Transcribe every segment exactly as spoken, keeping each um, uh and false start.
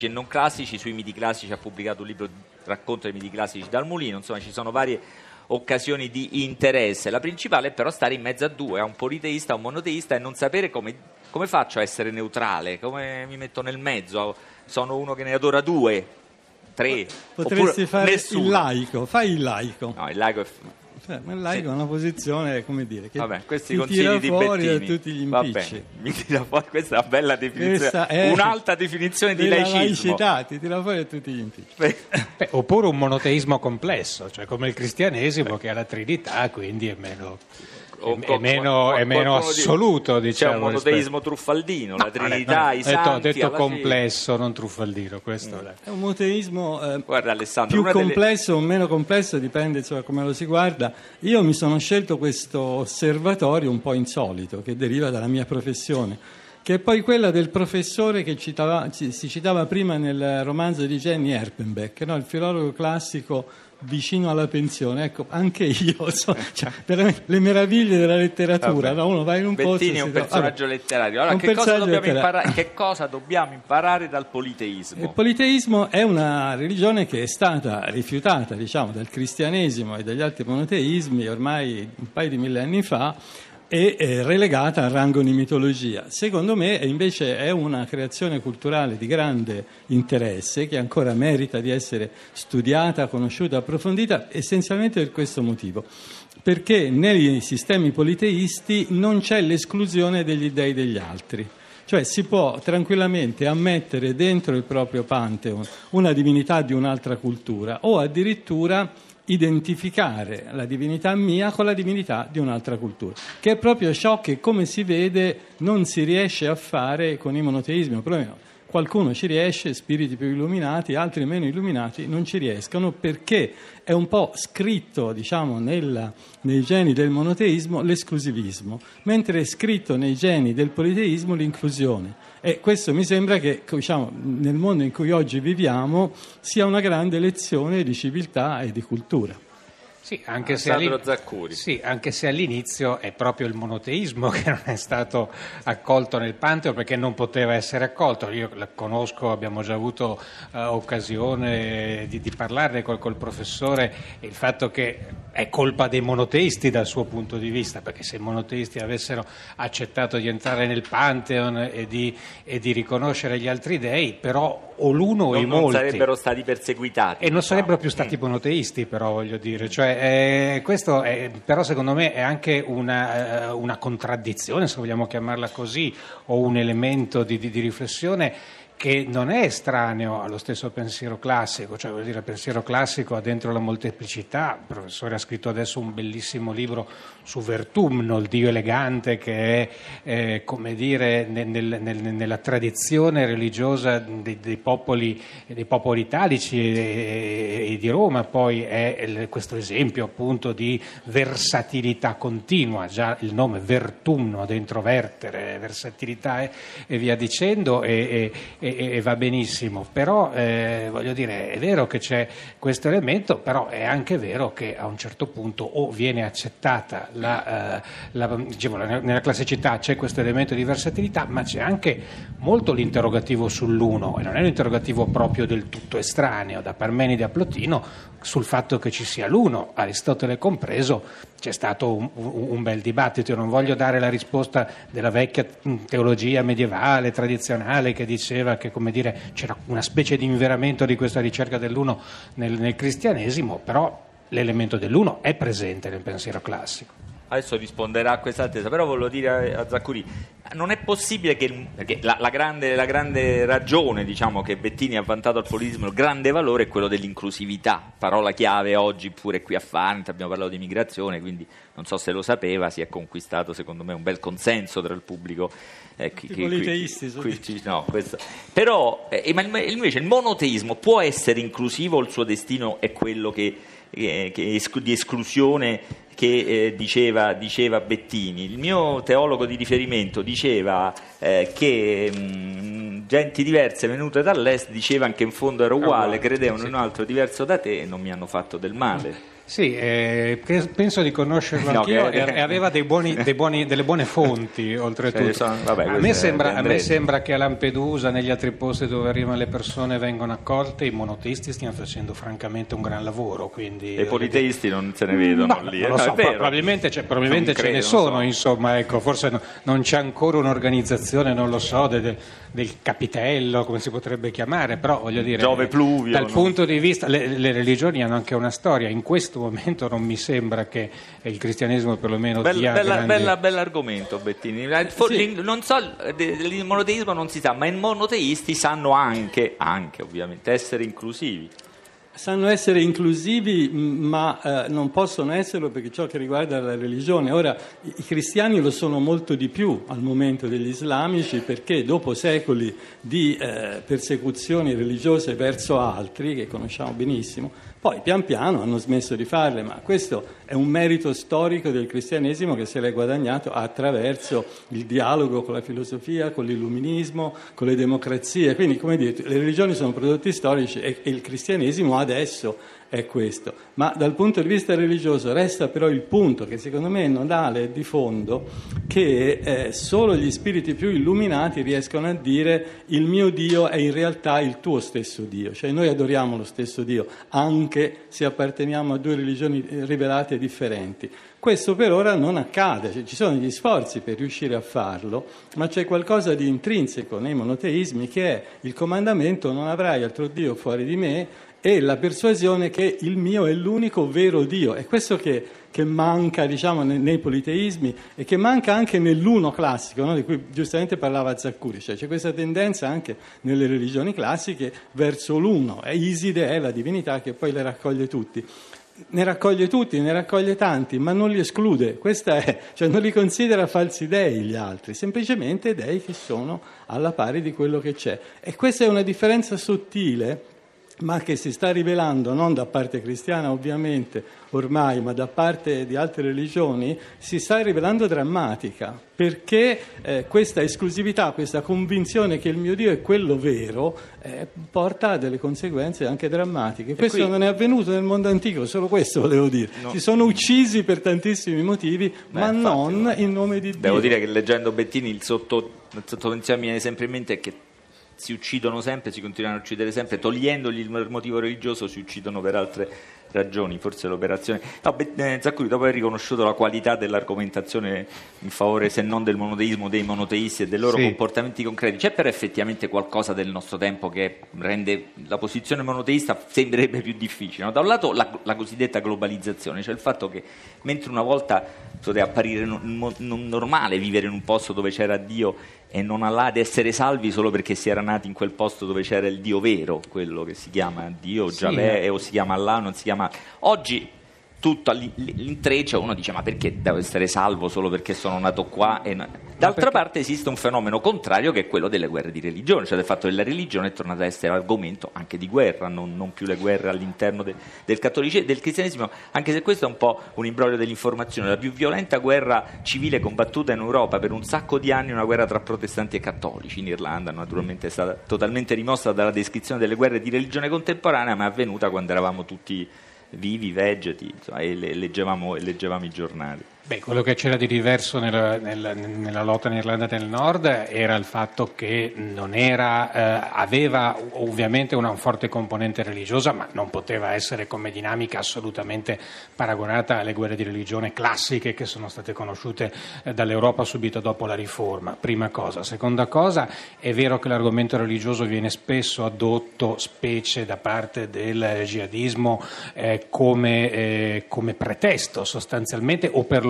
e non classici. Sui miti classici ha pubblicato un libro racconto dei miti classici dal mulino, insomma ci sono varie occasioni di interesse. La principale è però stare in mezzo a due, a un politeista, a un monoteista, e non sapere come, come faccio a essere neutrale, come mi metto nel mezzo, sono uno che ne adora due, tre, potresti fare nessuno. Il laico, fai il laico. No, il laico è... Cioè, ma il laico sì. è una posizione, come dire, che Vabbè, questi ti tira di fuori da Bettini. tutti gli Va impicci. bene, mi tira fuori, questa è una bella definizione, È un'alta definizione di laicismo. Laicità, ti tira fuori da tutti gli impicci. Beh, oppure un monoteismo complesso, cioè come il cristianesimo, che ha la Trinità, quindi è meno... O, è meno, è meno assoluto, diciamo. C'è un monoteismo truffaldino, no, la Trinità, no, i ho santi. Ho detto alla complesso, fine. Non truffaldino. Questo mm. È un monoteismo eh, Guarda, Alessandro, più una complesso delle... o meno complesso, dipende insomma, come lo si guarda. Io mi sono scelto questo osservatorio un po' insolito, che deriva dalla mia professione, che è poi quella del professore che citava, si citava prima nel romanzo di Jenny Erpenbeck, no? Il filologo classico vicino alla pensione. Ecco, anche io so, cioè, veramente le meraviglie della letteratura, no? Uno va in un Bettini posto, è un si personaggio trova... letterario. Allora, che cosa, dobbiamo imparare, che cosa dobbiamo imparare dal politeismo? Il politeismo è una religione che è stata rifiutata, diciamo, dal cristianesimo e dagli altri monoteismi ormai un paio di millenni fa, e è relegata al rango di mitologia. Secondo me invece è una creazione culturale di grande interesse, che ancora merita di essere studiata, conosciuta, approfondita, essenzialmente per questo motivo, perché nei sistemi politeisti non c'è l'esclusione degli dei degli altri. Cioè si può tranquillamente ammettere dentro il proprio pantheon una divinità di un'altra cultura, o addirittura identificare la divinità mia con la divinità di un'altra cultura, che è proprio ciò che, come si vede, non si riesce a fare con i monoteismi. O perlomeno qualcuno ci riesce, spiriti più illuminati, altri meno illuminati non ci riescono, perché è un po' scritto, diciamo, nella, nei geni del monoteismo l'esclusivismo, mentre è scritto nei geni del politeismo l'inclusione. E questo mi sembra che, diciamo, nel mondo in cui oggi viviamo sia una grande lezione di civiltà e di cultura. Sì, anche se, sì, anche se all'inizio è proprio il monoteismo che non è stato accolto nel Pantheon, perché non poteva essere accolto. Io la conosco, abbiamo già avuto uh, occasione di, di parlarne col, col professore, il fatto che è colpa dei monoteisti dal suo punto di vista, perché se i monoteisti avessero accettato di entrare nel Pantheon e di, e di riconoscere gli altri dei, però o l'uno o i molti non sarebbero stati perseguitati e non sarebbero più stati monoteisti, però voglio dire, cioè eh, questo è, però secondo me è anche una, eh, una contraddizione, se vogliamo chiamarla così, o un elemento di, di, di riflessione che non è estraneo allo stesso pensiero classico. Cioè, vuol dire, il pensiero classico ha dentro la molteplicità. Il professore ha scritto adesso un bellissimo libro su Vertumno, il dio elegante, che è eh, come dire nel, nel, nel, nella tradizione religiosa dei, dei popoli dei popoli italici e, e, e di Roma. Poi è il, questo esempio appunto di versatilità continua, già il nome Vertumno, dentro vertere, versatilità e, e via dicendo, e, e, e va benissimo, però eh, voglio dire, è vero che c'è questo elemento, però è anche vero che a un certo punto o viene accettata la, eh, la, dicevo, nella classicità c'è questo elemento di versatilità, ma c'è anche molto l'interrogativo sull'uno, e non è un interrogativo proprio del tutto estraneo. Da Parmenide a Plotino, sul fatto che ci sia l'uno, Aristotele compreso, c'è stato un, un bel dibattito. Io non voglio dare la risposta della vecchia teologia medievale, tradizionale, che diceva che, come dire, c'era una specie di inveramento di questa ricerca dell'uno nel, nel cristianesimo, però l'elemento dell'uno è presente nel pensiero classico. Adesso risponderà a questa attesa, però volevo dire a Zaccuri, non è possibile che, perché la, la, grande, la grande ragione, diciamo, che Bettini ha vantato al politismo, il grande valore è quello dell'inclusività, parola chiave oggi pure qui a Fant, abbiamo parlato di migrazione, quindi non so se lo sapeva, si è conquistato secondo me un bel consenso tra il pubblico. Eh, I politeisti qui, qui, no, questo. Però eh, invece il monoteismo può essere inclusivo, o il suo destino è quello che, che, che di esclusione che eh, diceva, diceva Bettini. Il mio teologo di riferimento diceva eh, che mh, genti diverse venute dall'est dicevano che in fondo ero uguale, credevano in un altro diverso da te e non mi hanno fatto del male. Sì, eh, penso di conoscerlo No, anch'io che- e aveva dei buoni, dei buoni, delle buone fonti oltretutto. Cioè, sono- vabbè, a, questo me è sembra, di a me Andretti. sembra che a Lampedusa, negli altri posti dove arrivano le persone vengono accolte, i monoteisti stiano facendo francamente un gran lavoro. Quindi, E i politeisti non se ne vedono No, lì. non eh. lo No, so, è vero. probabilmente, c'è- probabilmente Non ce credo, ne non sono, so. insomma, ecco, forse no- non c'è ancora un'organizzazione, non lo so, de- de- del capitello, come si potrebbe chiamare, però voglio dire, Giove Pluvio, dal no? punto di vista, le, le religioni hanno anche una storia, in questo momento non mi sembra che il cristianesimo perlomeno Bella, dia bella, grandi... bella, bell'argomento, Bettini. Eh, for- Sì. l'in- Non so, il monoteismo non si sa, ma i monoteisti sanno anche, anche ovviamente, essere inclusivi. Sanno essere inclusivi, mh, ma eh, non possono esserlo perché ciò che riguarda la religione. Ora, i, i cristiani lo sono molto di più al momento degli islamici, perché dopo secoli di eh, persecuzioni religiose verso altri, che conosciamo benissimo, poi pian piano hanno smesso di farle, ma questo è un merito storico del cristianesimo che se l'è guadagnato attraverso il dialogo con la filosofia, con l'illuminismo, con le democrazie. Quindi, come dire, le religioni sono prodotti storici e, e il cristianesimo adesso è questo. Ma dal punto di vista religioso resta però il punto che secondo me è nodale e di fondo, che eh, solo gli spiriti più illuminati riescono a dire il mio Dio è in realtà il tuo stesso Dio, cioè noi adoriamo lo stesso Dio anche se apparteniamo a due religioni rivelate differenti. Questo per ora non accade, cioè, ci sono gli sforzi per riuscire a farlo, ma c'è qualcosa di intrinseco nei monoteismi che è il comandamento non avrai altro Dio fuori di me e la persuasione che il mio è l'unico vero Dio. È questo che, che manca, diciamo, nei, nei politeismi e che manca anche nell'uno classico, no? Di cui giustamente parlava Zaccuri. Cioè, c'è questa tendenza anche nelle religioni classiche verso l'uno. E Iside è la divinità che poi le raccoglie tutti. Ne raccoglie tutti, ne raccoglie tanti, ma non li esclude. Questa è, cioè non li considera falsi dei gli altri, semplicemente dei che sono alla pari di quello che c'è. E questa è una differenza sottile, ma che si sta rivelando non da parte cristiana ovviamente ormai, ma da parte di altre religioni, si sta rivelando drammatica, perché eh, questa esclusività, questa convinzione che il mio Dio è quello vero, eh, porta a delle conseguenze anche drammatiche. Questo qui... non è avvenuto nel mondo antico, solo questo volevo dire. No. Si sono uccisi per tantissimi motivi, Beh, ma infatti, non no. in nome di Dio. Devo dire che leggendo Bettini il sotto, il sottotensione mi viene sempre in mente che si uccidono sempre, si continuano a uccidere sempre, togliendogli il motivo religioso si uccidono per altre ragioni, forse l'operazione. No, eh, Zaccuri, dopo aver riconosciuto la qualità dell'argomentazione in favore, se non del monoteismo, dei monoteisti e dei loro sì. comportamenti concreti, c'è però effettivamente qualcosa del nostro tempo che rende la posizione monoteista sembrerebbe più difficile, no? Da un lato la, la cosiddetta globalizzazione, cioè il fatto che mentre una volta poteva apparire non, non normale vivere in un posto dove c'era Dio e non Allah, ad essere salvi solo perché si era nati in quel posto dove c'era il Dio vero, quello che si chiama Dio, Sì, Giavè, eh. o si chiama Allah, non si chiama... Oggi tutto all'intreccio uno dice ma perché devo essere salvo solo perché sono nato qua? E no. D'altra perché... parte esiste un fenomeno contrario che è quello delle guerre di religione, cioè del fatto che la religione è tornata ad essere argomento anche di guerra, non, non più le guerre all'interno de, del cattolicesimo, del cristianesimo, anche se questo è un po' un imbroglio dell'informazione. La più violenta guerra civile combattuta in Europa per un sacco di anni è una guerra tra protestanti e cattolici. In Irlanda naturalmente è stata totalmente rimossa dalla descrizione delle guerre di religione contemporanea, ma è avvenuta quando eravamo tutti vivi, vegeti, insomma, e leggevamo, e leggevamo i giornali. Beh, quello che c'era di diverso nella, nella, nella lotta in Irlanda del Nord era il fatto che non era, eh, aveva ovviamente una forte componente religiosa, ma non poteva essere come dinamica assolutamente paragonata alle guerre di religione classiche che sono state conosciute eh, dall'Europa subito dopo la Riforma, prima cosa. Seconda cosa, è vero che l'argomento religioso viene spesso addotto, specie da parte del jihadismo, eh, come, eh, come pretesto sostanzialmente, o per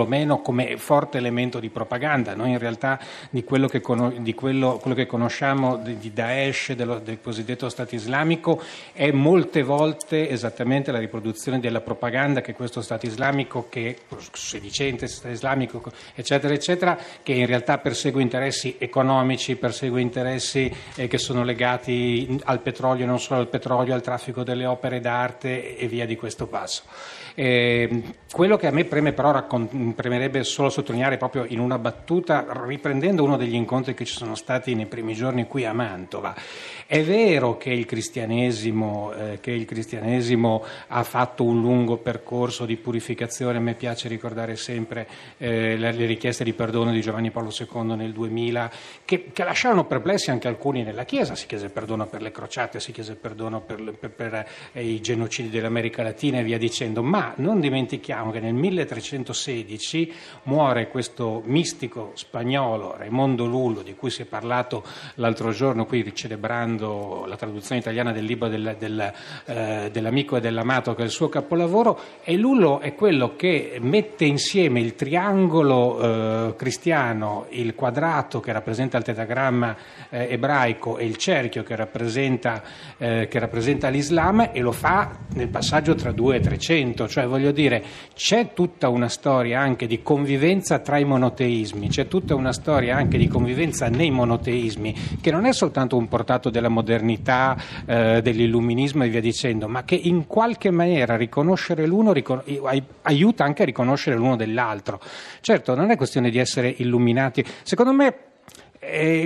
perlomeno come forte elemento di propaganda. Noi in realtà di quello che, con, di quello, quello che conosciamo di, di Daesh, dello, del cosiddetto Stato islamico, è molte volte esattamente la riproduzione della propaganda che questo Stato islamico, che sedicente Stato islamico, eccetera, eccetera, che in realtà persegue interessi economici, persegue interessi eh, che sono legati al petrolio, non solo al petrolio, al traffico delle opere d'arte e via di questo passo. Eh, quello che a me preme però raccon- premerebbe solo sottolineare proprio in una battuta, riprendendo uno degli incontri che ci sono stati nei primi giorni qui a Mantova, è vero che il cristianesimo, eh, che il cristianesimo ha fatto un lungo percorso di purificazione. A me piace ricordare sempre eh, le, le richieste di perdono di Giovanni Paolo secondo nel duemila, che, che lasciarono perplessi anche alcuni nella Chiesa. Si chiese perdono per le crociate, si chiese perdono per, per, per eh, i genocidi dell'America Latina e via dicendo, ma non dimentichiamo che nel milletrecentosedici muore questo mistico spagnolo Raimondo Lullo, di cui si è parlato l'altro giorno qui celebrando la traduzione italiana del libro del, del, eh, dell'amico e dell'amato, che è il suo capolavoro. E Lullo è quello che mette insieme il triangolo eh, cristiano, il quadrato che rappresenta il tetagramma eh, ebraico e il cerchio che rappresenta, eh, che rappresenta l'Islam, e lo fa nel passaggio tra due e trecento. Cioè, voglio dire, c'è tutta una storia anche di convivenza tra i monoteismi, c'è tutta una storia anche di convivenza nei monoteismi, che non è soltanto un portato della modernità, eh, dell'illuminismo e via dicendo, ma che in qualche maniera riconoscere l'uno ricon- aiuta anche a riconoscere l'uno dell'altro. Certo, non è questione di essere illuminati. Secondo me Eh,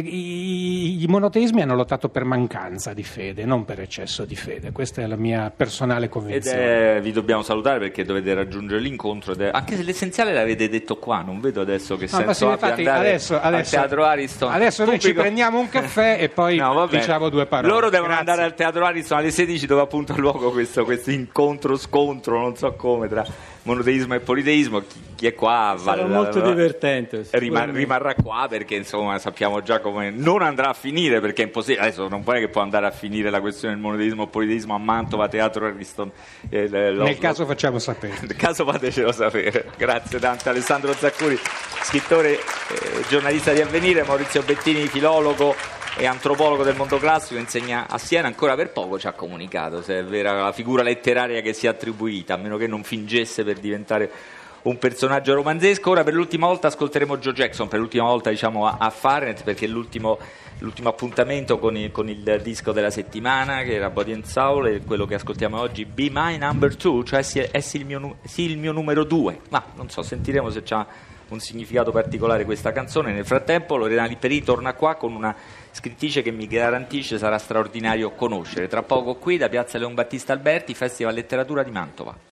i, i monoteismi hanno lottato per mancanza di fede, non per eccesso di fede. Questa è la mia personale convinzione. Ed è, vi dobbiamo salutare perché dovete raggiungere l'incontro, ed è, anche se l'essenziale l'avete detto qua, non vedo adesso che no, senso abbia andare adesso, adesso, al Teatro Ariston. Adesso noi Pubblico... ci prendiamo un caffè e poi no, diciamo due parole. Loro devono Grazie. andare al Teatro Ariston alle sedici, dove appunto ha luogo questo, questo incontro scontro, non so come, tra monoteismo e politeismo. Chi, chi è qua sarà va, molto va, divertente, rimar, rimarrà qua, perché insomma sappiamo già come non andrà a finire, perché è impossibile. Adesso non può che può andare a finire la questione del monoteismo o politeismo a Mantova, Teatro Ariston. Eh, Nel caso facciamo sapere. Nel caso fatecelo sapere. Grazie tanto Alessandro Zaccuri, scrittore, eh, giornalista di Avvenire, Maurizio Bettini, filologo e antropologo del mondo classico, insegna a Siena, ancora per poco ci ha comunicato se è vera la figura letteraria che si è attribuita, a meno che non fingesse per diventare un personaggio romanzesco. Ora per l'ultima volta ascolteremo Joe Jackson, per l'ultima volta diciamo a, a Fahrenheit, perché è l'ultimo, l'ultimo appuntamento con il, con il disco della settimana, che era Body and Soul, e quello che ascoltiamo oggi, Be My Number Two, cioè sì, è sì il, mio, sì il mio numero due, ma non so, sentiremo se c'ha un significato particolare questa canzone. Nel frattempo Loredana Lipperini torna qua con una scrittrice che mi garantisce sarà straordinario conoscere. Tra poco qui da Piazza Leon Battista Alberti, Festival Letteratura di Mantova.